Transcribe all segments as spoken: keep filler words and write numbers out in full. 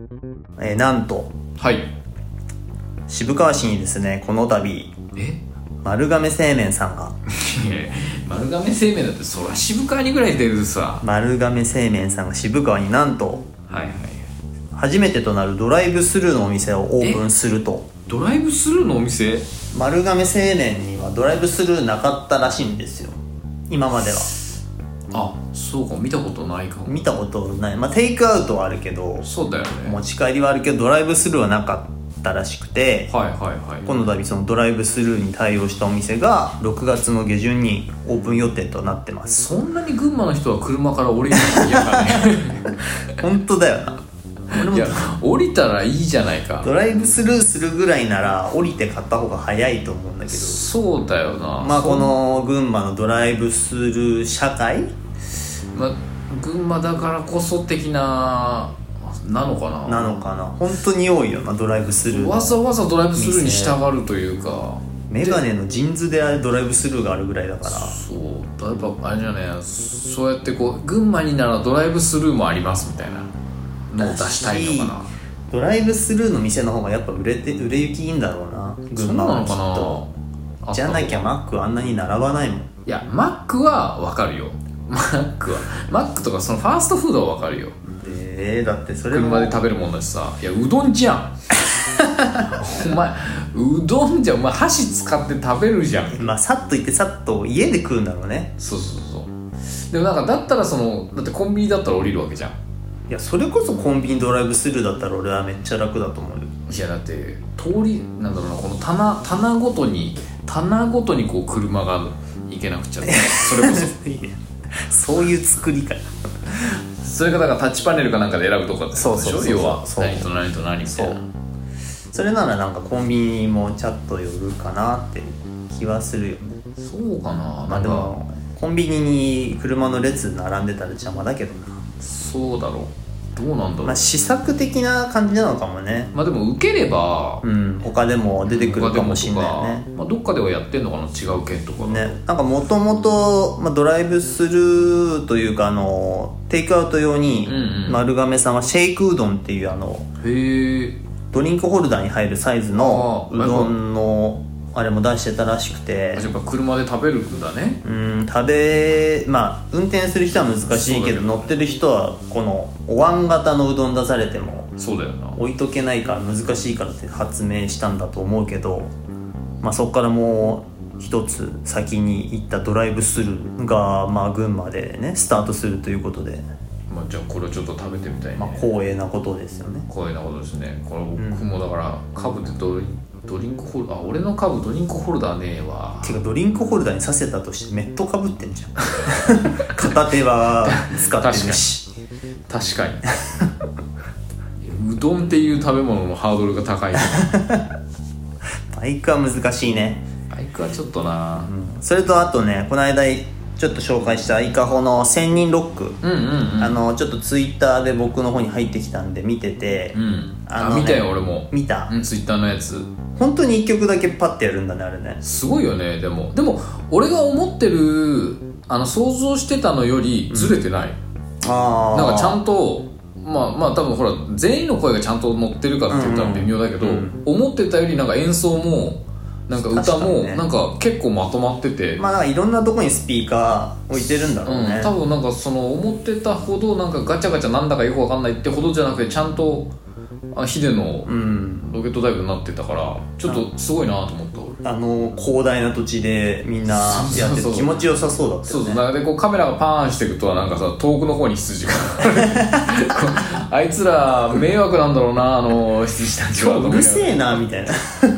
えー、なんとはい渋川市にですね、この度え丸亀製麺さんが丸亀製麺だってそりゃ渋川にぐらい出るさ。 丸亀製麺さんが渋川になんとはいはい初めてとなるドライブスルーのお店をオープンすると。 ドライブスルーのお店。 丸亀製麺にはドライブスルーなかったらしいんですよ、今までは。 あ、そうか、見たことないかも。 見たことない。まあテイクアウトはあるけど、 そうだよね。 持ち帰りはあるけどドライブスルーはなかったらしくて、 はいはいはい。 この度そのドライブスルーに対応したお店がろくがつの下旬にオープン予定となってます。 そんなに群馬の人は車から降りるの嫌だね本当だよな。俺もいや降りたらいいじゃないか。 ドライブスルーするぐらいなら降りて買った方が早いと思うんだけど、 そうだよな。 まあこの群馬のドライブスルー社会、 まあ、群馬だからこそ的ななのかななのかな。本当に多いよな、ドライブスルー。 わざわざドライブスルーに従うというか、 メガネのジンズであれドライブスルーがあるぐらいだから。 そうやっぱあれじゃね、そうやってこう群馬にならドライブスルーもありますみたいなのを出したいのかな。 ドライブスルーの店の方がやっぱ売れて売れ行きいいんだろうな、群馬はきっと。 そうなのかな。 じゃなきゃマックあんなに並ばないもん。 いやマックはわかるよ。マックはマックとかそのファーストフードはわかるよ。 えー、だってそれも車で食べるもんだしさ。いやうどんじゃんお前うどんじゃん、お前箸使って食べるじゃん。 まあさっと行ってさっと家で食うんだろうね。 そうそうそう。でもなんかだったらそのだってコンビニだったら降りるわけじゃん。 いやそれこそコンビニドライブスルーだったら俺はめっちゃ楽だと思うよ。 いやだって通りなんだろうな、この棚棚ごとに棚ごとにこう車が行けなくちゃってそれこそそういう作りか。 それがだからタッチパネルかなんかで選ぶとかってことでしょ。 そうそうそうそう要はそう何と何と何みたいな。 それならなんかコンビニもチャット寄るかなって気はするよね。 そうかな。 まあでもコンビニに車の列並んでたら邪魔だけどな。 そうだろう。どうなんだろう。 まあ試作的な感じなのかもね。 まあでも受ければ、 うん、他でも出てくるかもしれないよね。 まあ、どっかではやってんのかな、違う県とかね。なんかもともとドライブスルーというかあのテイクアウト用にうんうん丸亀さんはシェイクうどんっていうあのへえドリンクホルダーに入るサイズのあーうどんのあれも出してたらしくて、 やっぱ車で食べるんだね。 うん食べまあ運転する人は難しいけど乗ってる人はこのお椀型のうどん出されてもそうだよな。 置いとけないから難しいからって発明したんだと思うけど、まあそこからもう一つ先に行ったドライブスルーがまあ群馬でねスタートするということで、 まあ、じゃあこれをちょっと食べてみたいね。 まあ光栄なことですよね。 光栄なことですね。これ僕もだから株でドリドリンクホルダー、あ、俺の株ドリンクホルダーねえわ。 てかドリンクホルダーにさせたとしてメットかぶってんじゃん片手は使ってるし。 確かにうどんっていう食べ物のハードルが高いバイクは難しいね。 バイクはちょっとな、 うん、それとあとね、この間ちょっと紹介したイカホの千人ロック、 うんうんうん、 あのちょっとツイッターで僕の方に入ってきたんで見てて、 うん、ああのね見たよ俺も。 見た、 うん、ツイッターのやつ本当にいっきょくだけパッてやるんだねあれね。 すごいよね。でもでも俺が思ってるあの想像してたのよりずれてない、 うん、あなんかちゃんとまあまあ多分ほら全員の声がちゃんと乗ってるかって言ったら微妙だけど、 うんうん、 思ってたよりなんか演奏もなんか歌もなんか結構まとまってて、 まあなんかいろんなとこにスピーカー置いてるんだろうね、 うん、多分なんかその思ってたほどなんかガチャガチャなんだかよくわかんないってほどじゃなくてちゃんとあヒデのロケットダイブになってたからちょっとすごいなと思った。 あの広大な土地でみんなやってて気持ちよさそうだったよね。 そうそうなんかでこうカメラがパーンしていくとなんかさ遠くの方に羊があいつら迷惑なんだろうなあの羊たちはうるせえなみたいな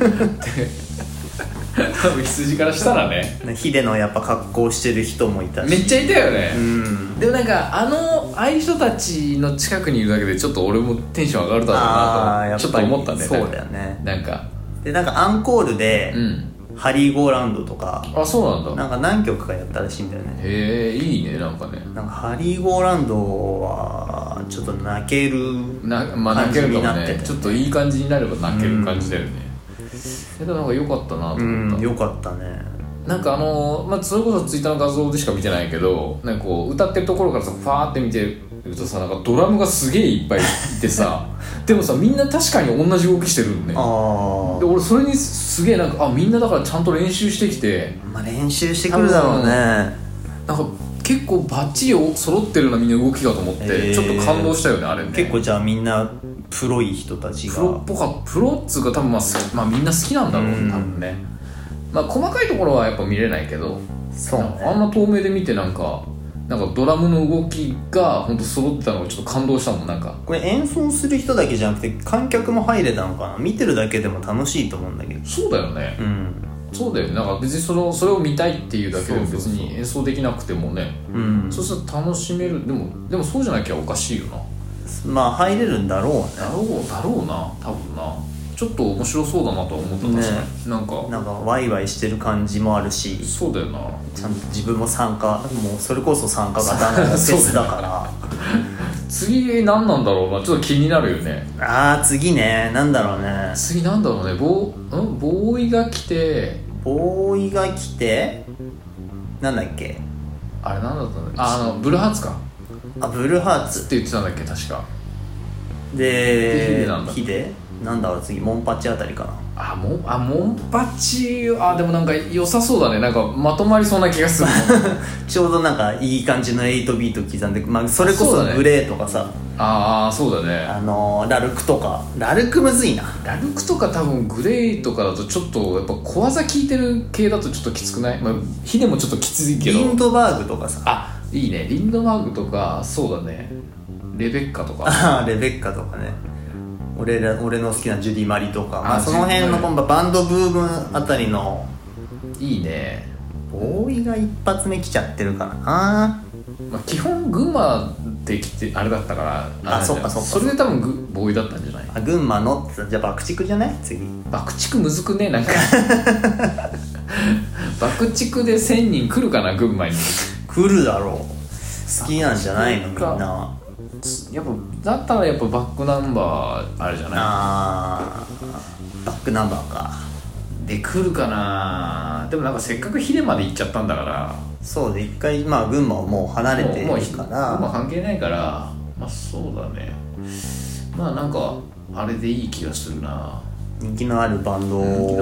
多分羊からしたらねヒデのやっぱ格好してる人もいたしめっちゃいたよね、 うん、 でもなんかあのああいう人たちの近くにいるだけでちょっと俺もテンション上がるだろうなとちょっと思ったね。 そうだよね。 なんかでなんかアンコールで、うん、ハリーゴーラウンドとかあそうなんだなんか何曲かやったらしいんだよね。 へえいいね。なんかねなんかハリーゴーラウンドはちょっと泣けるな、まあ、泣けるかもね。 ねちょっといい感じになれば泣ける感じだよね、うん、でもなんか良かったなと思った、うん、 良かったね。 なんかあのー、まあそれこそツイッターの画像でしか見てないけどなんかこう歌ってるところからさファーって見て言うとさ、なんかドラムがすげえいっぱいいてさでもさみんな確かに同じ動きしてるんね。 あで俺それにすげえなんかあみんなだからちゃんと練習してきて、 まあ練習してくるだろうね。 なんか結構バッチリ揃ってるなみんな動きがと思って、えー、ちょっと感動したよねあれね。 結構じゃあみんなプロい人たちがプロっぽかプロっつうか多分まあ、まあ、みんな好きなんだろう、うん、多分ね。まあ細かいところはやっぱ見れないけど、 そうね、 あんな透明で見てなんかなんかドラムの動きが本当揃ってたのがちょっと感動したもん。なんかこれ演奏する人だけじゃなくて観客も入れたのかな。見てるだけでも楽しいと思うんだけど。 そうだよね、うん、そうだよね。なんか別にそのそれを見たいっていうだけで別に演奏できなくてもね、うん、そうすると楽しめる。でもでもそうじゃなきゃおかしいよな。 まあ入れるんだろうね。 だろうだろうな多分な。ちょっと面白そうだなとは思った。確かに、ね、なんかなんかワイワイしてる感じもあるし、 そうだよな。 ちゃんと自分も参加、もうそれこそ参加型のフェスだから次何なんだろうな、ちょっと気になるよね。 あー次ね、なんだろうね。 次なんだろうね。ボー、んボーイが来てボーイが来てなんだっけあれなんだったんだっけ。ああのブルーハーツか。 あブルーハーツって言ってたんだっけ確か。 でヒデなんだ。 ヒデなんだろう次モンパチあたりかな。 あモンあモンパチ。あでもなんか良さそうだね。なんかまとまりそうな気がするちょうどなんかいい感じのエイトビート刻んで、まあ、それこそグレーとかさ、 ああそうだね。 あのー、ラルクとか。ラルクむずいな。 ラルクとか多分グレーとかだとちょっとやっぱ小技効いてる系だとちょっときつくない？まあヒデもちょっときついけど。 リンドバーグとかさ。 あいいね。リンドバーグとかそうだね。レベッカとか。 ああレベッカとかね。俺ら俺の好きなジュディ・マリとか、まあ、その辺の今度バンドブームあたりの。 いいね。 ボーイが一発目来ちゃってるからな。 まあ、基本群馬で来てあれだったから。 あそっかそっか。 それで多分グボーイだったんじゃない。 あ群馬のじゃあ爆竹じゃない次。 爆竹むずくねなんか爆竹でせんにん来るかな群馬に。 来るだろう。好きなんじゃないのみんな。 やっぱだったらやっぱバックナンバーあれじゃない。 あーバックナンバーかで来るかな。でもなんかせっかくヒデまで行っちゃったんだから。 そうで一回まあ群馬をもう離れてるから。もう群馬関係ないからまあそうだね。まあなんかあれでいい気がするな。 人気のあるバンドが来るんじゃない。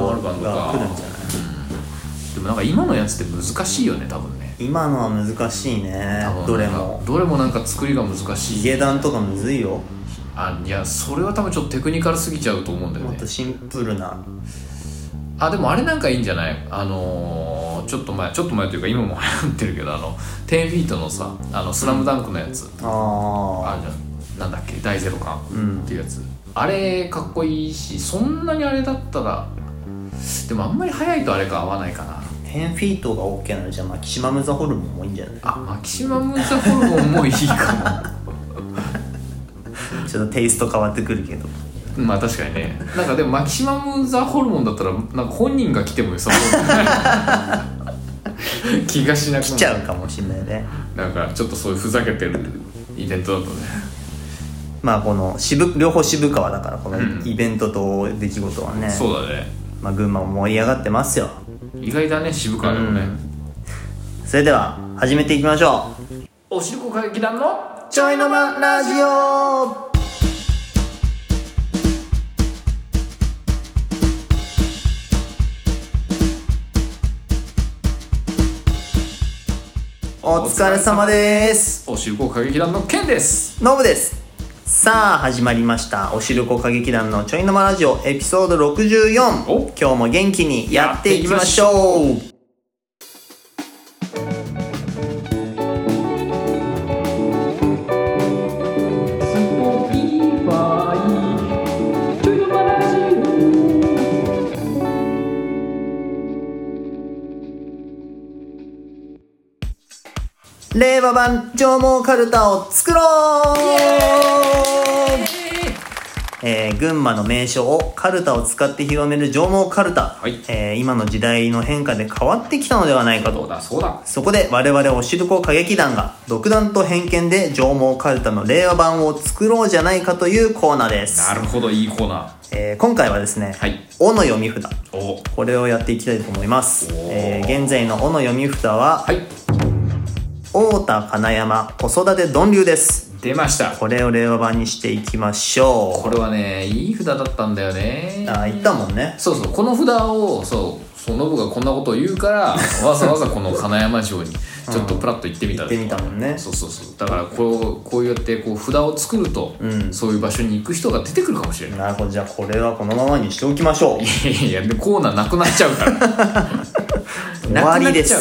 でもなんか今のやつって難しいよね多分ね。 今のは難しいね。どれもどれもなんか作りが難しい。 ヒゲダンとかむずいよ。 あいやそれは多分ちょっとテクニカルすぎちゃうと思うんだよね。 もっとシンプルな。 あでもあれなんかいいんじゃない。あのー、ちょっと前ちょっと前というか今も流行ってるけどあのじゅうフィートのさあのスラムダンクのやつ、うん、ああじゃんなんだっけ大ゼロ感っていうやつ、うん、あれかっこいいしそんなにあれだったらでもあんまり速いとあれか合わないかな。 じゅうフィートが OK なのじゃあマキシマムザホルモンもいいんじゃない。 あマキシマムザホルモンもいいかもちょっとテイスト変わってくるけどまあ確かにね。なんかでもマキシマムザホルモンだったらなんか本人が来てもよさそう気がしなくな来ちゃうかもしれないね。 なんかちょっとそういうふざけてるイベントだとね。 まあこの渋両方渋川だからこのイベントと出来事はね、うん、 そうだね。 まあ群馬も盛り上がってますよ。 意外だね渋川でもね、うん、 それでは始めていきましょう。おしるこ歌劇団のちょいのまラジオ。お疲れ様です。 おしるこ歌劇団のケンです。 ノブです。さあ始まりましたおしるこ歌劇団のちょいのまラジオエピソードろくじゅうよん。今日も元気にやっていきましょう。令和版上毛かるたを作ろう。えー、群馬の名所をカルタを使って広める上毛かるた、はい。えー、今の時代の変化で変わってきたのではないかと。 そうだそうだ。 そこで我々おしるこ歌劇団が独断と偏見で上毛かるたの令和版を作ろうじゃないかというコーナーです。 なるほど、いいコーナー。 えー、今回はですね、はい、おの読み札、おこれをやっていきたいと思います。えー、現在のおの読み札は、はい、太田金山子育てドン流です。 出ました。 これを令和版にしていきましょう。 これはねいい札だったんだよね。 あ言ったもんね。 そうそう、この札をそうそうノブがこんなことを言うからわざわざこの金山城にちょっとプラッと行ってみた、 うん、行ってみたもんね。そうそうそう、だからこうこうやってこう札を作ると、うん、そういう場所に行く人が出てくるかもしれない。 なるほど、じゃあこれはこのままにしておきましょう。 いやいやでコーナーなくなっちゃうから終わりです。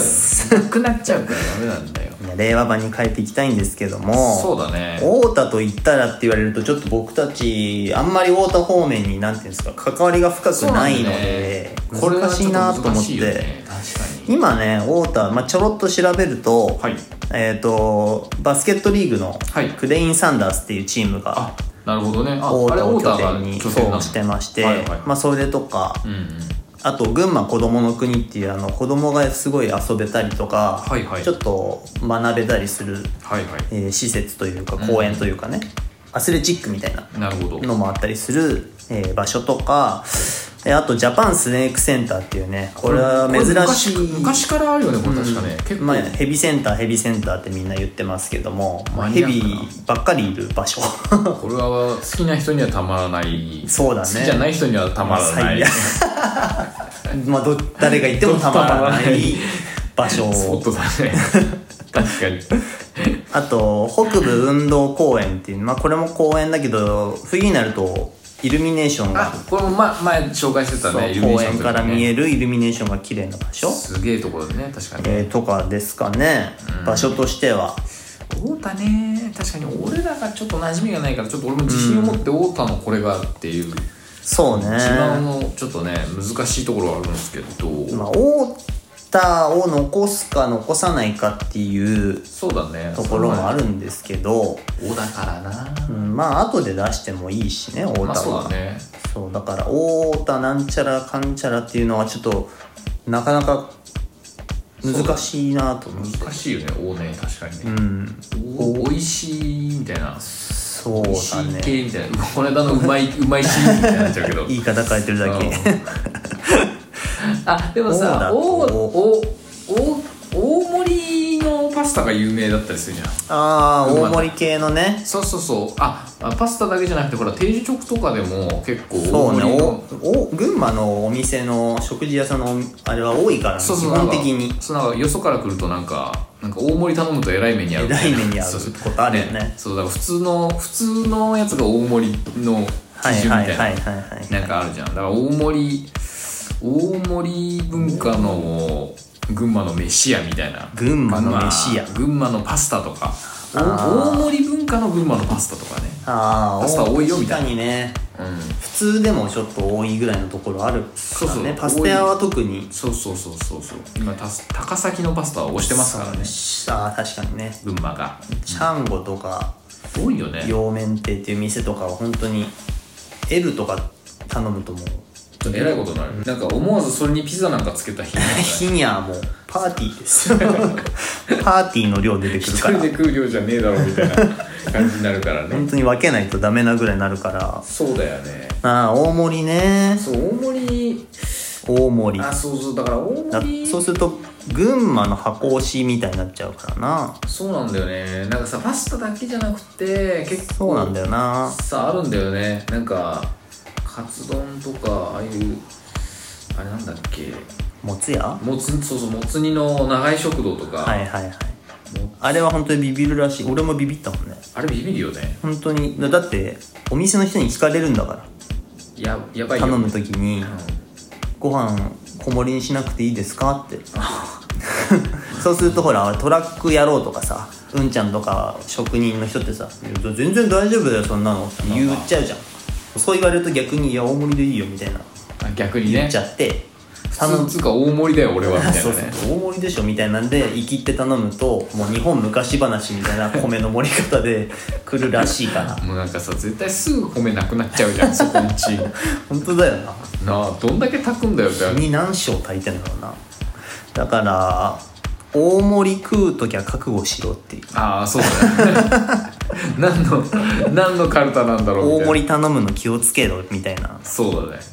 なくなっちゃうからダメなんだよ。 令和版に変えていきたいんですけども、 そうだね、 太田と言ったらって言われるとちょっと僕たちあんまり太田方面になんていうんですか関わりが深くないので、ね、難しいなと思って、 ね、確かに今ね太田、まあ、ちょろっと調べると、はい、えーとバスケットリーグのクレインサンダースっていうチームが、 はい、あなるほどね、あ太田を拠点にそうしてまして、はいはい、まあ、それとか、うんうん、あと群馬こどもの国っていうあの子供がすごい遊べたりとか、はいはい、ちょっと学べたりする、はいはい、えー、施設というか公園というかね、うん、アスレチックみたいなのもあったりする、えー、場所とか、えー、あとジャパンスネークセンターっていうね、これは珍しい昔, 昔からあるよねこれ確かね、うん、結構、 まあ、ヘビセンターヘビセンターってみんな言ってますけども、まあ、ヘビばっかりいる場所これは好きな人にはたまらない。 そうだね、 好きじゃない人にはたまらない、 まあ、ど誰が行ってもたまらない場所そうだね確かにあと北部運動公園っていう、まあ、これも公園だけど冬になるとイルミネーションが、 あこれも、ま、前紹介してたね、 公園から見えるイルミネーションが綺麗な場所、 すげえところでね確かに、 えー、とかですかね、うん、場所としては太田ね、確かに俺らがちょっと馴染みがないからちょっと俺も自信を持って太田のこれがっていう、うん、 そうね、 一番のちょっとね難しいところはあるんですけど、 まあ、太田を残すか残さないかっていうそうだねところもあるんですけど、 太田からな、 うん、まあ後で出してもいいしね太田は、まあ、 そうだね、 そうだから太田なんちゃらかんちゃらっていうのはちょっとなかなか難しいなと思って。 難しいよね大ね、確かにね、うん、お, おいしいみたいな、 そうだね、おいしい系みたいな、この間のうまいうまいしみたいになっちゃうけど言い方変えてるだけあでもさ、おおお大盛りのパスタが有名だったりするじゃん。 ああ大盛り系のね、 そうそうそう、あパスタだけじゃなくてほら定時直とかでも結構大盛りの、そうね、おお群馬のお店の食事屋さんのあれは多いから、ね、 そうそう、基本的にそうなんかよそから来るとなんかなんか大盛り頼むとえらい目に遭う、 えらい目に遭うことあるよね。 ね、そうだから普通の普通のやつが大盛りの基準みたいななんかあるじゃん。だから大盛り大盛り文化の群馬の飯屋みたいな、 群馬の飯屋、 群馬のパスタとか、大盛り文化の群馬のパスタとかね、 あパスタ多いよみたいな。 確かにね、うん、普通でもちょっと多いぐらいのところあるからね。そうそう、パスタ屋は特に。 そうそうそうそうそう、今た高崎のパスタを推してますからね。 ああ確かにね、 群馬がチャンゴとか多いよね。 陽麺亭っていう店とかは本当に L とか頼むともうえらいことになる、うん、なんか思わずそれにピザなんかつけた日日にはもうパーティーですパーティーの量出てくるから、 一人で食う量じゃねえだろみたいな感じになるからね本当に分けないとダメなぐらいになるから。 そうだよね。 ああ大盛りね、 そう大盛り大盛り、 あそうそう、だから大盛りそうすると群馬の箱推しみたいになっちゃうからな。 そうなんだよね。なんかさパスタだけじゃなくて結構そうなんだよなさあるんだよね。なんかカツ丼とかああいうあれなんだっけ、 もつ屋、 もつそうそうもつ煮の長井食堂とか、 はいはいはい、あれは本当にビビるらしい。俺もビビったもんね。 あれビビるよね本当に。だってお店の人に聞かれるんだから、 ややばいよ頼む時に、うん、ご飯小盛りにしなくていいですかってそうするとほらトラックやろうとかさ、うんちゃんとか職人の人ってさ全然大丈夫だよそんなのって言っちゃうじゃん。そう言われると逆にいや大盛りでいいよみたいな逆にね言っちゃって、 頼むつうか大盛りだよ俺はみたいなねそうそう大盛りでしょみたいなんで生きって頼むともう日本昔話みたいな米の盛り方で来るらしいからもうなんかさ絶対すぐ米なくなっちゃうじゃんそこんち本当だよな。 なあどんだけ炊くんだよってに何升炊いてんだろうな。だから大盛り食うときは覚悟しろっていう。 ああそうだね何の何のカルタなんだろうみたいな。 大盛り頼むの気をつけろみたいな。 そうだね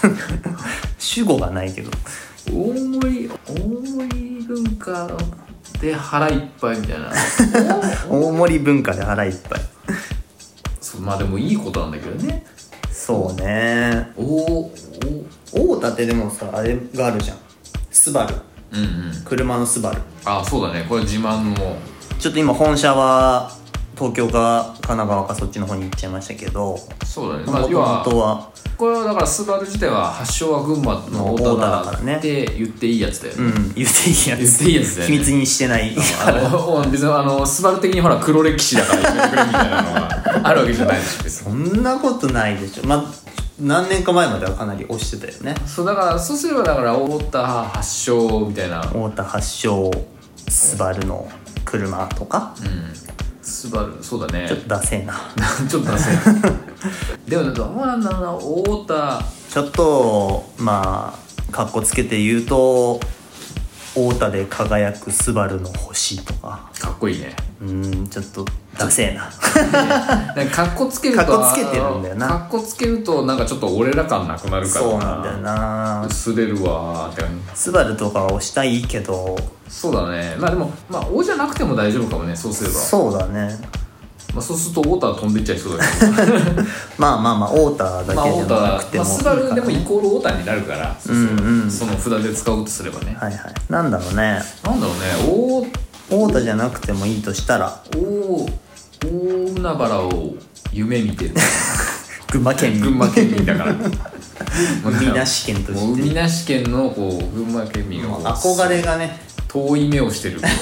主語がないけど大盛り大盛り文化で腹いっぱいみたいな大盛り文化で腹いっぱいそうまあでもいいことなんだけどね。 そうね。 おお大田ってでもさあれがあるじゃん、スバル、 うんうん、 車のスバル。 あそうだね、これ自慢の。 ちょっと今本社は東京か神奈川かそっちの方に行っちゃいましたけど、 そうだね、 まあ、要はこれはだからスバル自体は発祥は群馬の太田だからねって言っていいやつだよね。 うん、言っていいやつ、 言っていいやつだよね。 秘密にしてないあの別にあのスバル的にほら黒歴史だからやめてくれみたいなのがあるわけじゃないでしょ別に。 そんなことないでしょ。まあ何年か前まではかなり推してたよね。 そうだからそうすればだから太田発祥みたいな、 太田発祥スバルの車とか、 うん、スバルそうだね。 ちょっとダセえなちょっとダセえでもどうなんだろうな、太田ちょっとまあかっこつけて言うと太田で輝くスバルの星とかかっこいいね。 うーんちょっとダセえななんかかっこつけるとかっこつけてるんだよな。 かっこつけるとなんかちょっと俺ら感なくなるからな。 そうなんだよな。 薄れるわーって感じ。 スバルとかは押したいけど、 そうだね。まあでもまあ「お」じゃなくても大丈夫かもね、そうすれば。 そうだね。 まあ、そうすると太田は飛んでいっちゃいそうだけどまあまあまあ太田だけじゃなくてもいいから、ね、 まあ、太田、まあ、スバルでもイコール太田になるから、そうそう、うんうん、その札で使おうとすればね。 はいはい。なんだろうね。 なんだろうね。 太田じゃなくてもいいとしたら大大海原を夢見てる群馬県民群馬県民だから海なし県として、 もう海なし県のこう群馬県民が憧れがね遠い目をしてるもう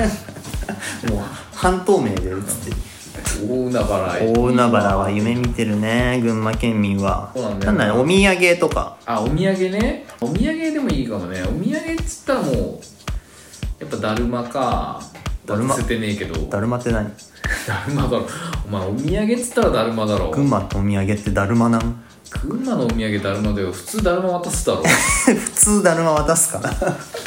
半透明で映ってる。 大海原大海原は夢見てるね、群馬県民は。 そうなんだよ。 なんだろう、お土産とか。 あ、お土産ね。お土産でもいいかもね。お土産っつったらもうやっぱだるまか。だるま捨てねえけど。 だるまって何？ だるまだろ。お前お土産っつったらだるまだろ。 群馬のお土産ってだるまなん？ 群馬のお土産だるまだよ。普通だるま渡すだろ普通だるま渡すかな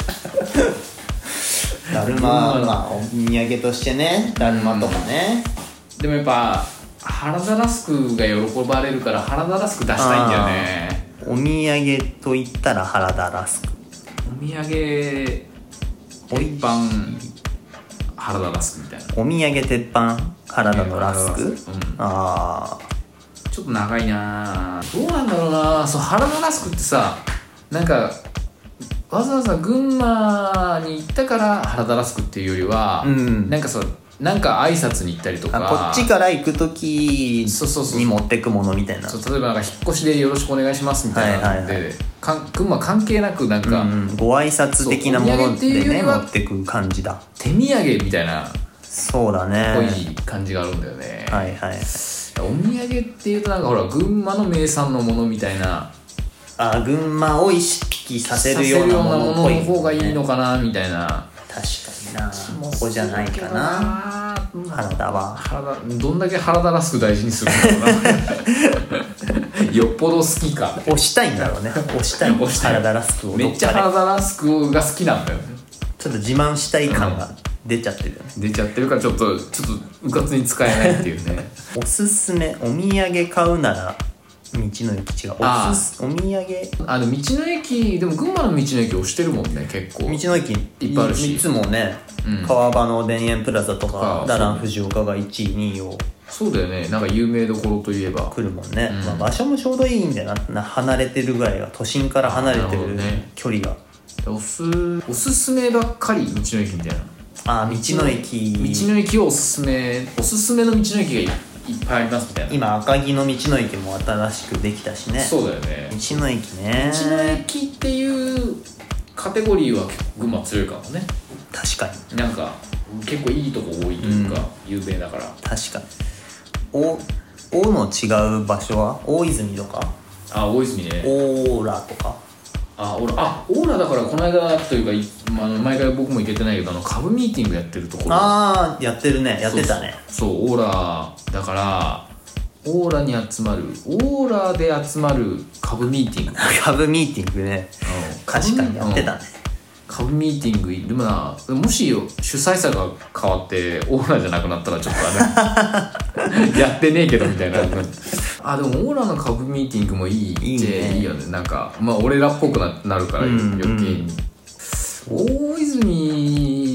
だるま、まあお土産としてね、だるまとかね、 うん、でもやっぱ原田ラスクが喜ばれるから原田ラスク出したいんだよね。 お土産と言ったら原田ラスク。 お土産鉄板原田ラスクみたいな。 お土産鉄板原田のラスク、 うん、 あーちょっと長いな。どうなんだろうな。そう原田ラスクってさ、なんかわざわざ群馬に行ったから原田ラスクっていうよりは、うん、なんかさ、なんか挨拶に行ったりとか、 こっちから行く時に持ってくものみたいな。 そうそうそう、例えばなんか引っ越しでよろしくお願いしますみたいなので、はいはいはい、かん群馬関係なくなんか、うん、 ご挨拶的なものでね持ってく感じだ。 手土産みたいな、 そうだね、 濃い感じがあるんだよね。 はいはい。 お土産っていうとなんかほら群馬の名産のものみたいな、 あ、群馬を意識させるようなものっぽい、ね、 の方がいいのかなみたいな。確かにな、ここじゃないかな、原田は。 原田、どんだけ原田ラスク大事にするんだろうなよっぽど好きか、 推したいんだろうね。推したい原田ラスクを。 めっちゃ原田ラスクが好きなんだよね。 ちょっと自慢したい感が出ちゃってるよね、 うん、出ちゃってるからちょっとちょっとうかつに使えないっていうねおすすめ、お土産買うなら道の駅違う。おすすお土産、 あの道の駅でも群馬の道の駅押してるもんね結構。 道の駅いっぱいあるし、いつもね、うん、川場の田園プラザとかダラン藤岡がいちいにいを。そうだよね、なんか有名どころといえば来るもんね、うん、まあ、場所もちょうどいいんだよな、離れてるぐらいが、都心から離れてる距離が、 おすおすすめばっかり道の駅みたいな。 あ、道の駅道の駅をおすすめ、おすすめの道の駅がいいいっぱいありますみたいな。 今赤城の道の駅も新しくできたしね。 そうだよね、 道の駅ね。 道の駅っていうカテゴリーは結構群馬強いかもね。 確かに、 なんか結構いいとこ多いというか、うん、有名だから。 確かに。おおの違う場所は大泉とか。 あ、大泉ね。 オーラとか。 あ、オーラ、あ、オーラだからこの間というか、まあ、毎回僕も行けてないけど、あの株ミーティングやってるところ。 ああ、やってるね、やってたね。 そうそう、そうオーラだからオーラに集まる、オーラで集まる株ミーティング株ミーティングね、うん、確かにやってたね、うん、 株ミーティング。でもな、もし主催者が変わってオーラじゃなくなったらちょっとあれやってねえけどみたいなあ、でもオーラの株ミーティングもいいっていい、ね、いいよね。なんかまあ俺らっぽく な, なるから余計に、うんうん、大泉で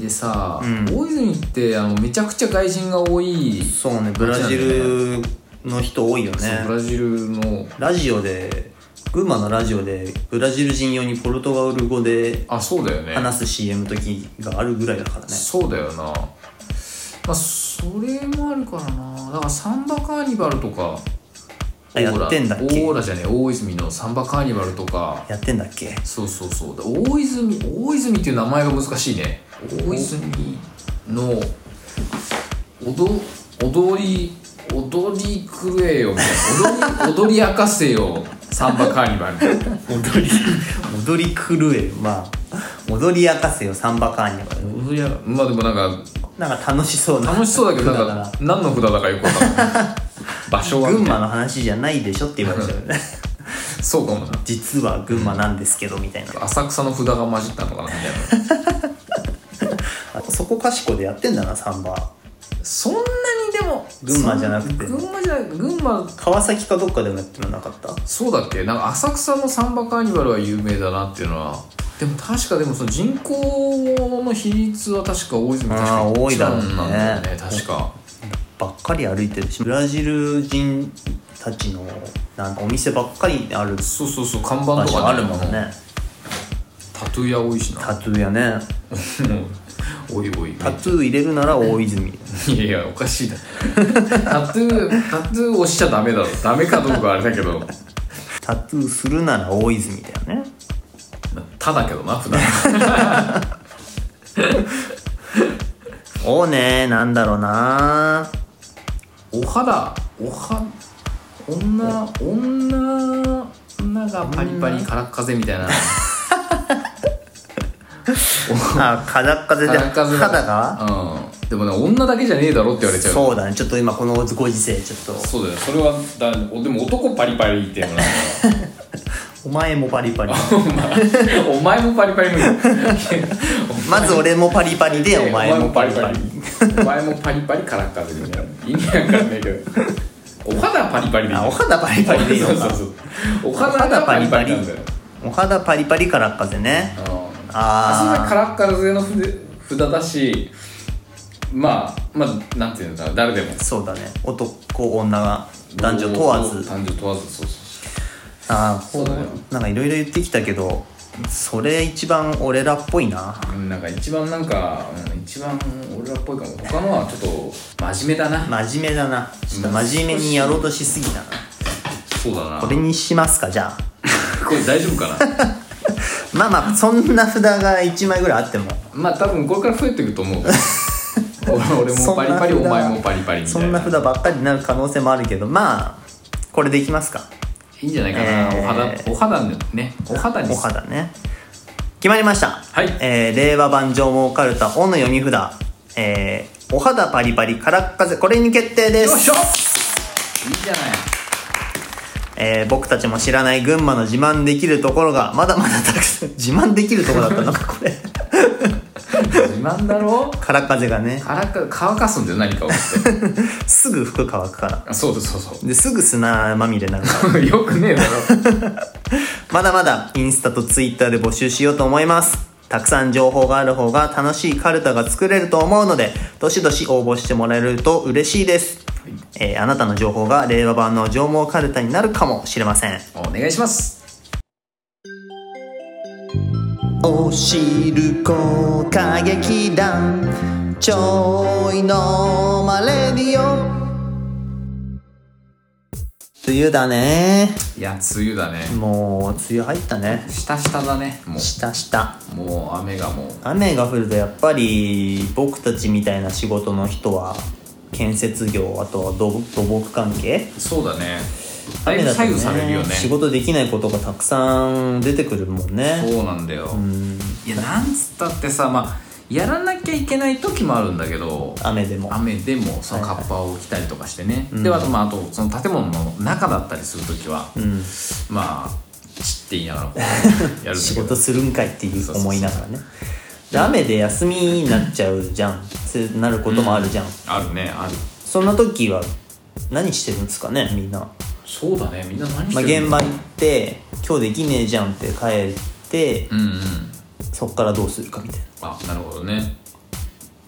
でさ、 うん、 大泉ってあのめちゃくちゃ外人が多い、 そうね、ブラジルの人多いよね。 ブラジルのラジオで群馬のラジオでブラジル人用にポルトガル語であそうだよね話す シーエム 時があるぐらいだからね。 そうだよな。まあそれもあるからな。だからサンバカーニバルとかやってんだっけ。 オーラじゃねえ、大泉のサンバカーニバルとかやってんだっけ。 そうそうそう。大泉大泉っていう名前が難しいね。大泉の踊踊り踊り狂えよみたいな、踊り踊り明かせよサンバカーニバル踊り踊り狂えよ、まあ踊り明かせよサンバカーニバル。 踊り明かまあでもなんかなんか楽しそうな楽しそうだけどなんか何の札だかよくわかんない場所は群馬の話じゃないでしょって言われちゃうねそうかもな。 実は群馬なんですけどみたいな、 浅草の札が混じったのかなみたいなあとそこかしこでやってんだなサンバ。 そんなにでも群馬じゃなくて群馬じゃ群馬川崎かどっかでもやってなかった。 そうだっけ。なんか浅草のサンバカーニバルは有名だなっていうのは。でも確かでもその人口の比率は確か大泉確か多いだろうね。 なんだよね確かばっかり歩いてるし、ブラジル人たちのなんかお店ばっかりある。 そうそうそう、看板とか、ね、 あるもんね。 タトゥー屋多いしな。 タトゥー屋ねおいおい、 タトゥー入れるなら大泉いやいやおかしいだタトゥータトゥー押しちゃダメだろ。ダメかどうかあれだけどタトゥーするなら大泉だよね。 ただけどな普段おねーなんだろうな。 お肌おは女女女がパリパリからっ風みたいなあ、からっ風で肌が、 うん、でもね女だけじゃねえだろって言われちゃう。 そうだね、ちょっと今このご時世ちょっとそうだよ。それはだでも男パリパリっていうのなんだお前もパリパリお前もパリパリ無理まず俺もパリパリでお前もパリパリお前もパリパリからっ風みたいな意味わかんないけどお肌パリパリでいい。 あ、お肌パリパリでいいのか。 そうそうそう、お肌がパリパリなんだよ。 お肌パリパリからっ風ね。 ああ、それからっ風の札だし、まあまあなんていうのかな、誰でもそうだね、男女が男女問わず男女問わず、そうそうああ、そうだよ。なんかいろいろ言ってきたけど、それ一番俺らっぽいな。 なんか一番なんか、うん、一番俺らっぽいかも。他のはちょっと真面目だな。 真面目だな。ちょっと真面目にやろうとしすぎたな。 そうだな。 これにしますか、じゃあこれ大丈夫かなまあまあそんな札がいちまいぐらいあってもまあ多分これから増えていくと思う俺もパリパリお前もパリパリみたいな、 そんな札ばっかりになる可能性もあるけど、まあこれでいきますか。 いいんじゃないかな、えー、お肌お肌ねお肌にお肌ね決まりました。 はい、 えー、令和版上毛かるたおの読み札、えー、お肌パリパリからっ風、これに決定です。 よいしょ、いいじゃない。 えー、僕たちも知らない群馬の自慢できるところがまだまだたくさん自慢できるところだったのかこれ自慢だろ。 から風がね、 からか乾かすんだよ何かをすぐ服乾くから。 あ、そうそうそうそう。 ですぐ砂まみれになるからよくねえだろまだまだインスタとツイッターで募集しようと思います。たくさん情報がある方が楽しいカルタが作れると思うので、どしどし応募してもらえると嬉しいです。はい、えー、あなたの情報が令和版の上毛カルタになるかもしれません。 お願いします。 おしるこ歌劇団ちょいのまレディオ。梅雨だね。 いや梅雨だね。 もう梅雨入ったね。 下下だね。もう下下。 もう雨がもう雨が降るとやっぱり僕たちみたいな仕事の人は建設業、あとは土木関係、 そうだね、だいぶ左右されるよね。 仕事できないことがたくさん出てくるもんね。 そうなんだよ。うんいやなんつったってさ、まあやらなきゃいけない時もあるんだけど、雨でも雨でもそのカッパを着たりとかしてね、はいはい、であとまああとその建物の中だったりする時は、うん、まあちって言いながらこうやるんだけど仕事するんかいっていう思いながらね。で雨で休みになっちゃうじゃんなることもあるじゃん、うん、 あるね。ある。 そんな時は何してるんですかねみんな。 そうだね、みんな何してるの、 まあ、現場行って今日できねえじゃんって帰って、うんうん、そっからどうするかみたいな。 あ、なるほどね。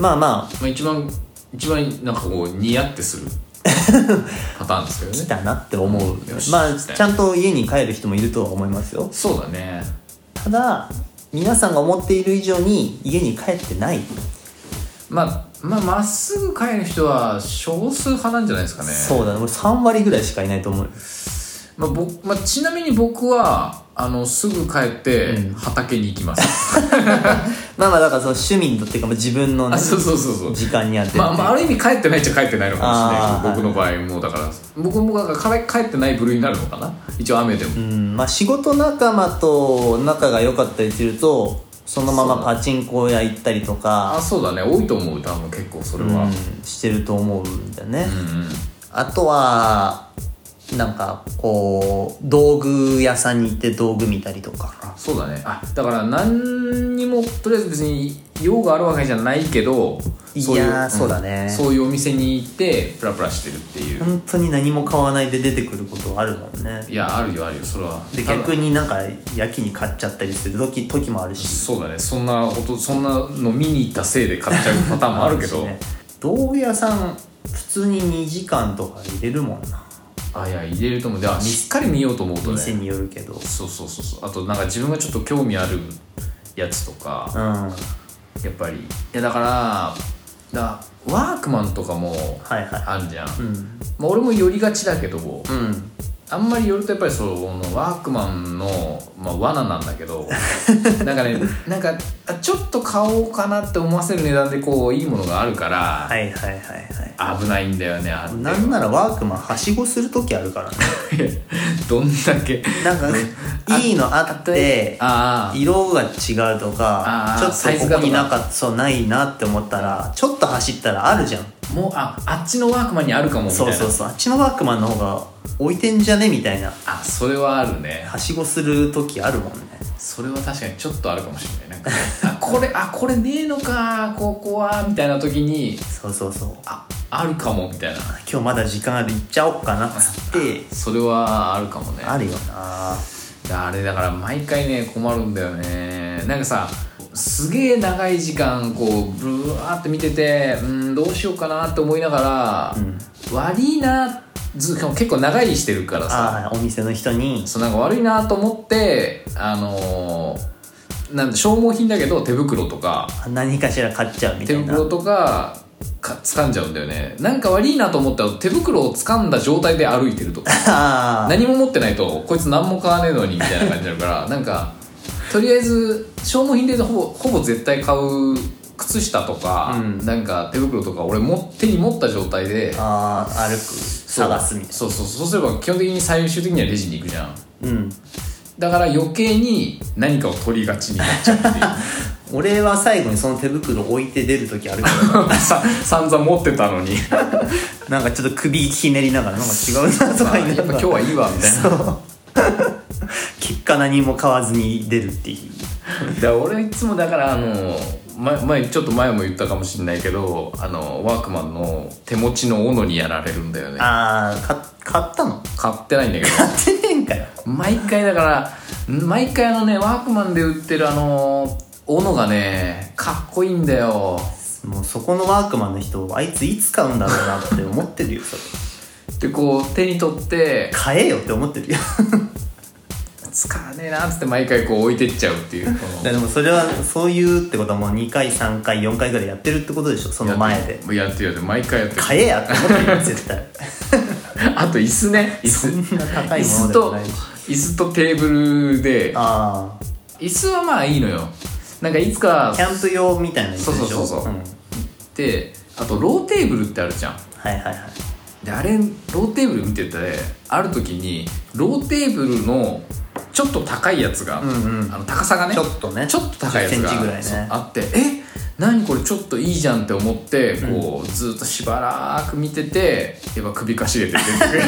まあまあ、 まあ、一番一番なんかこう似合ってするパターンですけどね。 来たなって思う、 うん、 まあちゃんと家に帰る人もいるとは思いますよ。 そうだね。 ただ皆さんが思っている以上に家に帰ってない。 まあまあまっすぐ帰る人は少数派なんじゃないですかね。 そうだね、俺さん割ぐらいしかいないと思う。 まあ僕まあ、ちなみに僕はあのすぐ帰って畑に行きます、うん、 まあまあだからその趣味っていうか自分の、ね、 あそうそうそうそう時間にあって、 まあ、まあある意味帰ってないっちゃ帰ってないのかもしれないけど、僕の場合もだから僕もだから帰ってない部類になるのかな一応雨でも。 うんまあ仕事仲間と仲が良かったりするとそのままパチンコ屋行ったりとか。 あそうだね、多いと思う多分結構それは、 うん、してると思うんだよね、 うんうん、 あとはなんかこう道具屋さんに行って道具見たりとか。 あそうだね。あだから何にもとりあえず別に用があるわけじゃないけど、 いやーそうだね、 うん、そういうお店に行ってプラプラしてるっていう。 本当に何も買わないで出てくることあるもんね。 いやあるよあるよそれは。 で逆になんかやけに買っちゃったりする時時もあるし。 そうだね、そんなことそんなの見に行ったせいで買っちゃうパターンもあるけど、 ね、道具屋さん普通ににじかんとか入れるもんな。 あいや入れると思う。ではしっかり見ようと思うとね、 店によるけど。 そうそうそうそう。あとなんか自分がちょっと興味あるやつとか、 うん、 やっぱりいやだからだワークマンとかもあるじゃん、はいはい、うん、まあ、俺も寄りがちだけど、うん、あんまり寄るとやっぱりそのワークマンの、まあ、罠なんだけどなんかねなんかちょっと買おうかなって思わせる値段でこういいものがあるからはいはいはいはい危ないんだよね。あなんならワークマンはしごする時あるからねどんだけなんかいいのあってあ色が違うとかちょっとここになかったそうないなって思ったらちょっと走ったらあるじゃん。 もうああっちのワークマンにあるかもみたいな。 そうそうそう、あっちのワークマンの方が置いてんじゃねみたいな。 あそれはあるね。 はしごする時あるもんね。 それは確かにちょっとあるかもしれない。なんかあこれあこれねえのかここはみたいな時にそうそうそうああるかもみたいな。 今日まだ時間ある行っちゃおうかなっつってそれはあるかもね。 あるよな。 あれだから毎回ね困るんだよね。なんかさすげえ長い時間こうブワーって見ててうんどうしようかなって思いながら、うん、悪いなず結構長いしてるからさあお店の人にそうなんか悪いなと思ってあのー、なんで消耗品だけど手袋とか何かしら買っちゃうみたいな。 手袋とかか掴んじゃうんだよね。なんか悪いなと思ったら手袋を掴んだ状態で歩いてるとか何も持ってないとこいつ何も買わねえのにみたいな感じになるからなんかとりあえず消耗品でほぼ、ほぼ絶対買う靴下とか、うん、なんか手袋とか俺も手に持った状態であ歩く探すみたいな。 そうそうそう。そうすれば基本的に最終的にはレジに行くじゃん、うん、だから余計に何かを取りがちになっちゃうっていう俺は最後にその手袋置いて出るときあるからさ散々持ってたのになんかちょっと首ひねりながらなんか違うなとか言いながらやっぱ今日はいいわみたいな結果何も買わずに出るっていうだから俺いつもだからあの前, 前ちょっと前も言ったかもしれないけどあのワークマンの手持ちの斧にやられるんだよね。 ああ買ったの？ 買ってないんだけど買ってねえんかよ。 毎回だから毎回あのねワークマンで売ってるあの斧がねかっこいいんだよ。 もうそこのワークマンの人あいついつ買うんだろうなって思ってるよそれでこう手に取って買えよって思ってるよ使わねえなっつって毎回こう置いてっちゃうっていうでもそれはそういうってことはもうにかいさんかいよんかいぐらいやってるってことでしょその前で。 やってるやって毎回やってる。 買えやって思ってるよ絶対あと椅子ね椅子そんな高いものでもないし椅子とテーブルであ椅子はまあいいのよ。なんかいつかキャンプ用みたいな椅子でしょ。 そうそうそうそう、うん、であとローテーブルってあるじゃん。 はいはいはい。 であれローテーブル見ててある時にローテーブルのちょっと高いやつが、うんうん、あの高さがねちょっとねちょっと高いやつがじゅっセンチぐらい、ね、 あってえ何これちょっといいじゃんって思ってこう、うん、ずっとしばらく見ててやっぱ首かしげて出て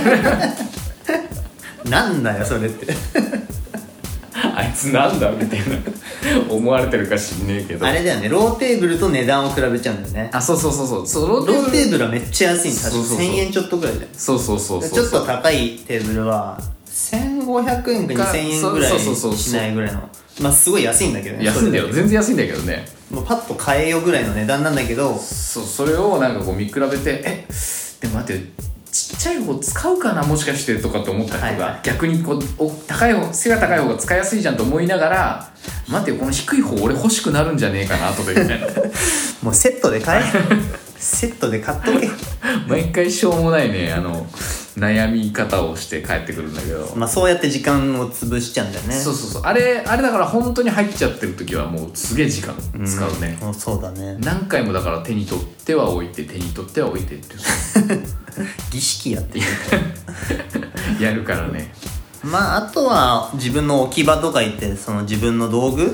くるなんだよそれってあいつなんだみたいな思われてるか知んねえけどあれだよねローテーブルと値段を比べちゃうんだよね。 あそうそうそうそうそうローテーブル、ローテーブルはめっちゃ安いんだ。確かせんえんちょっとぐらいだよ。 そうそうそうそうちょっと高いテーブルはせんごひゃくえんかにせんえんぐらいしないぐらいのまあすごい安いんだけどね。 安いんだよ、全然安いんだけどね。 もうパッと買えよぐらいの値段なんだけど、 そうそれをなんかこう見比べて、えでも待ってちっちゃい方使うかなもしかしてとかって思った人が、はいはい、逆にこうお高い方背が高い方が使いやすいじゃんと思いながら、待ってこの低い方俺欲しくなるんじゃねえかなとか言ってもうセットで買えセットで買っとけ毎回しょうもないねあの悩み方をして帰ってくるんだけど、 まあそうやって時間を潰しちゃうんだよね。 そうそうそう、あれあれだから本当に入っちゃってる時はもうすげえ時間使うね、 うん、そうだね。 何回もだから手に取っては置いて手に取っては置いてって儀式やってるやるからね。 まああとは自分の置き場とか行ってその自分の道具、うんうん、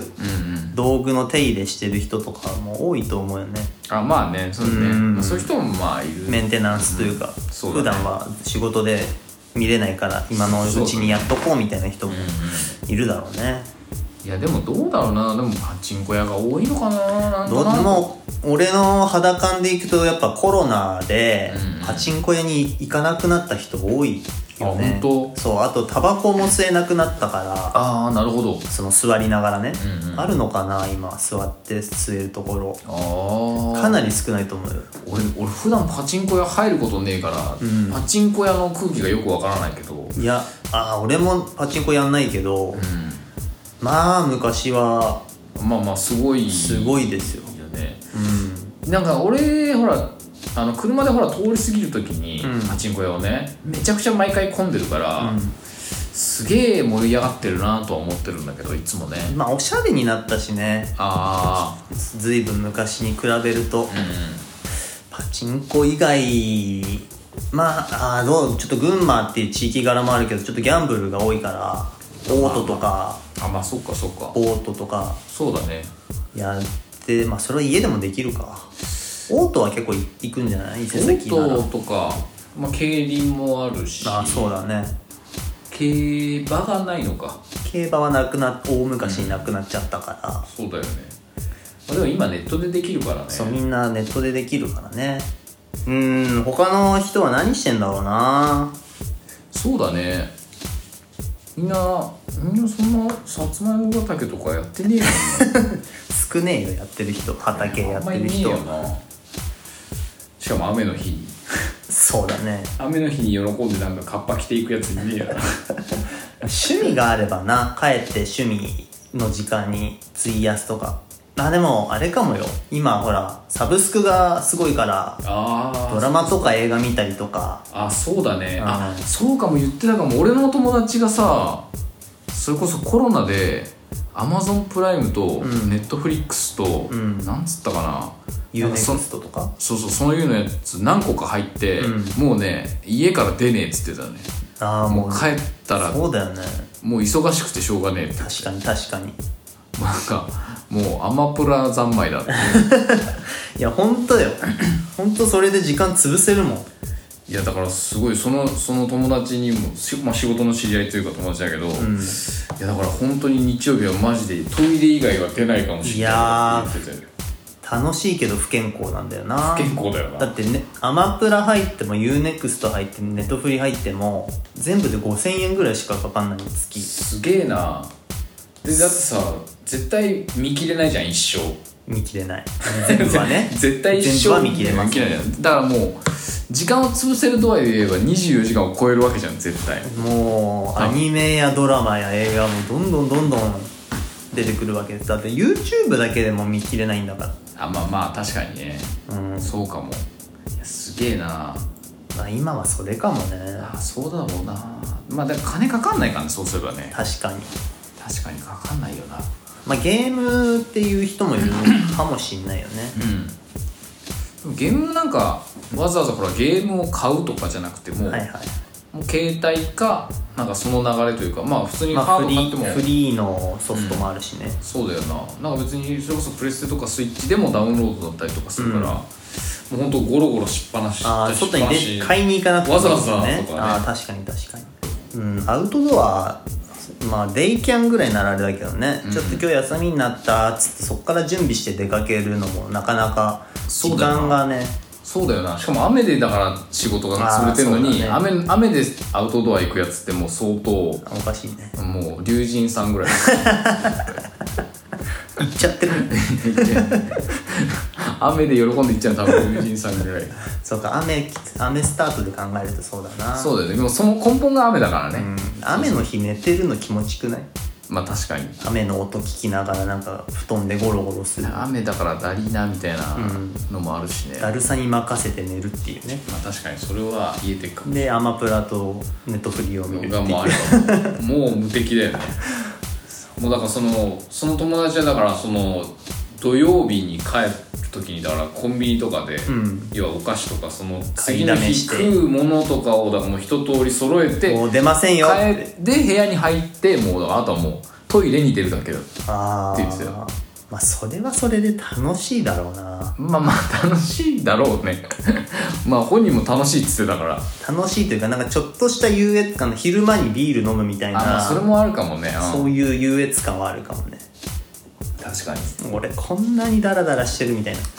道具の手入れしてる人とかも多いと思うよね。 あまあねそうですね、うんまあ、そういう人もまあいる。 メンテナンスというか、うんそうだね、普段は仕事で見れないから今のうちにやっとこうみたいな人もいるだろうね。 いやでもどうだろうな、でもパチンコ屋が多いのかな。なんどうも俺の肌感でいくとやっぱコロナでパチンコ屋に行かなくなった人多いよね。 あ本当。 そう、あとタバコも吸えなくなったから。 ああなるほど。 その座りながらね、うんうん、あるのかな今座って吸えるところ。あかなり少ないと思うよ。 俺俺普段パチンコ屋入ることねえから、うん、パチンコ屋の空気がよくわからないけど。 いやあ俺もパチンコやんないけど、うん、まあ昔はまあまあすごいすごいですよ。 いやね、うん、なんか俺ほらあの車でほら通り過ぎるときに、うん、パチンコ屋をねめちゃくちゃ毎回混んでるから、うん、すげえ盛り上がってるなとは思ってるんだけどいつもね。 まあおしゃれになったしね。ああずいぶん昔に比べると、うん、パチンコ以外まああどうちょっと群馬っていう地域柄もあるけどちょっとギャンブルが多いからオートとかあまあそっかそっかボートとかそうだねやってまあそれは家でもできるか。オートは結構行くんじゃない？伊勢崎ならオートとか、まあ、競輪もあるし。 あそうだね。 競馬がないのか。 競馬はなくな大昔になくなっちゃったから、 うん、そうだよね、まあ、でも今ネットでできるからね。 そうみんなネットでできるからね。うーん他の人は何してんだろうな。 そうだねみんなみんなそんなさつまいも畑とかやってねえよ少ねえよやってる人畑やってる人。 しかも雨の日にそうだね雨の日に喜んでなんかカッパ着ていくやついねえやな趣味があればな帰って趣味の時間に費やすとか。あでもあれかもよ今ほらサブスクがすごいからあドラマとか映画見たりとか。 あそうだね、うん、あそうかも言ってたかも。俺の友達がさそれこそコロナでアマゾンプライムとネットフリックスと、うん、なんつったかなユーネクストとかそうそうそういうのやつ何個か入って、うん、もうね家から出ねえっつってたね。ああもう帰ったらそうだよねもう忙しくてしょうがねえって。 確かに確かになんかもうアマプラ三昧だっていやほんとよほんとそれで時間潰せるもん。 いやだからすごいそのその友達にも、まあ、仕事の知り合いというか友達だけど、うん、いやだから本当に日曜日はマジでトイレ以外は出ないかもしれないって言ってたよ。 楽しいけど不健康なんだよな。 不健康だよな。 だってねアマプラ入っても ユーネクスト 入ってネットフリ入っても全部でごせんえんぐらいしかかかんない月。 すげえな。でだってさ絶対見切れないじゃん一生。 見切れない全部はね絶対一生は見切れます。だからもう時間を潰せる度合いで言えばにじゅうよじかんを超えるわけじゃん絶対。 もうアニメやドラマや映画もどんどんどんどん出てくるわけです。だって YouTube だけでも見切れないんだから。 あまあまあ確かにね、うん、そうかも。いやすげえな。 まあ今はそれかもね。 あそうだろうな。まあだから金かかんないからねそうすればね。 確かに確かにかかんないよな。 まあゲームっていう人もいるかもしんないよねうんゲームなんかわざわざほらゲームを買うとかじゃなくても、はいはい、もう携帯かなんかその流れというかまあ普通にハード買っても、まあ、 フリーのソフトもあるしね、 うん、そうだよな。なんか別にそれこそプレステとかスイッチでもダウンロードだったりとかするから、うん、もうほんとゴロゴロしっぱなし。 あ外にで買いに行かなくてもいいですよね。 わざわざとかね。 あ確かに確かに、うん、アウトドアまあデイキャンぐらいならあれだけどね、うん、ちょっと今日休みになったっつってそっから準備して出かけるのもなかなか時間がねそうだよな。しかも雨でだから仕事が潰れてるのに、ね、雨, 雨でアウトドア行くやつってもう相当おかしいね。 もう龍神さんぐらい行っちゃってる雨で喜んで行っちゃうの多分龍神さんぐらいそうか、雨雨スタートで考えるとそうだな。 そうだよね。でもその根本が雨だからね、うん、 雨の日寝てるの気持ちくない？ まあ確かに雨の音聞きながらなんか布団でゴロゴロする。 雨だからだりーなみたいなのもあるしね、 だるさに任せて寝るっていうね。 まあ確かにそれは言えてるかも。 でアマプラとネットフリを見るっていうがもうあればもう無敵だよねもうだからそのその友達はだからその土曜日に帰る時にだからコンビニとかで、うん、要はお菓子とかその次の日食うものとかをだからもう一通り揃えてもう出ませんよってで部屋に入ってもうあとはもうトイレに出るだけだって言ってたよ。 まあそれはそれで楽しいだろうな。 まあまあ楽しいだろうねまあ本人も楽しいって言ってたから楽しいというかなんかちょっとした優越感、昼間にビール飲むみたいな、 あ、まあそれもあるかもね、 うん、そういう優越感はあるかもね。 確かに俺こんなにダラダラしてるみたいな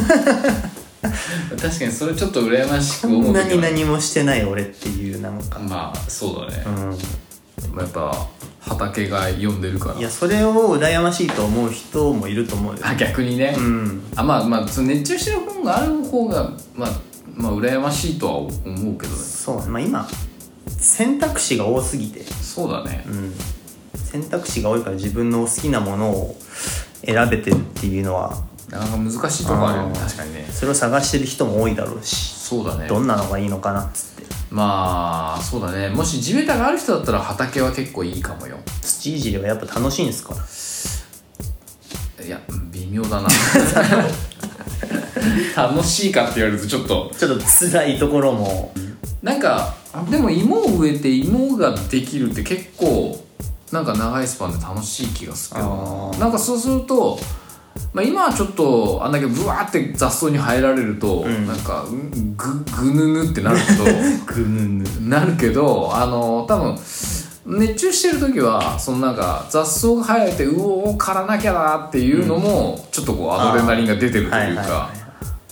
確かにそれちょっと羨ましく思う。 こんなに何もしてない俺っていうなんかまあそうだね、うん、やっぱ畑が呼んでるから。 いやそれを羨ましいと思う人もいると思うよ。 あ、逆にね、うん、あまあまあその熱中してる本がある方がまあまあ羨ましいとは思うけどね。 そう、まあ今選択肢が多すぎて。 そうだね、うん、 選択肢が多いから自分の好きなものを選べてるっていうのはなかなか難しいところあるよね。確かにね。 それを探してる人も多いだろうし。 そうだね。 どんなのがいいのかなっつって。 まあそうだね。もし地べたがある人だったら畑は結構いいかもよ。 土いじりはやっぱ楽しいんですか？ いや微妙だな楽しいかって言われるとちょっとちょっと辛いところもなんか。でも芋を植えて芋ができるって結構なんか長いスパンで楽しい気がするけどな。なんかそうすると、まあ、今はちょっとあんだけブワーって雑草に入られると、うん、なんかぐぐぬぬってなるけどぐぬぬなるけどあの多分熱中してる時はそのなんか雑草が生えてうおー刈らなきゃなっていうのも、うん、ちょっとこうアドレナリンが出てるというか、はいはいはい、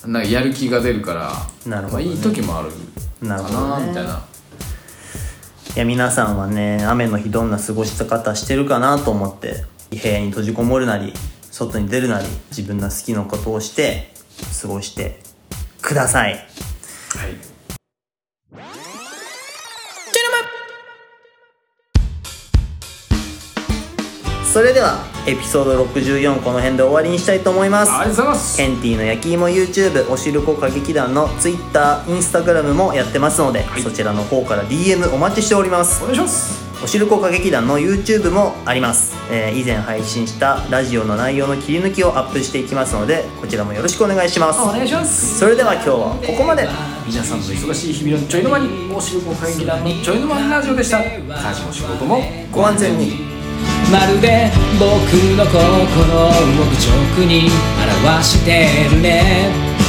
なんかやる気が出るからなるほど、ね、 まあ、いい時もあるかなみたいな。 いや皆さんはね雨の日どんな過ごし方してるかなと思って部屋に閉じこもるなり外に出るなり自分の好きなことをして過ごしてください。はい。それではエピソードろくじゅうよんこの辺で終わりにしたいと思います。 ありがとうございます。 ケンティーの焼き芋 YouTube おしるこ歌劇団の Twitter、Instagram もやってますので、はい、そちらの方から ディーエム お待ちしております。 お願いします。 おしるこ歌劇団の YouTube もあります、えー、以前配信したラジオの内容の切り抜きをアップしていきますのでこちらもよろしくお願いします。 お願いします。 それでは今日はここまで。 皆さんの忙しい日々のちょいの間におしるこ歌劇団のちょいの間ラジオでした。家事も仕事もご安全に。 まるで僕の心を愚直に表してるね。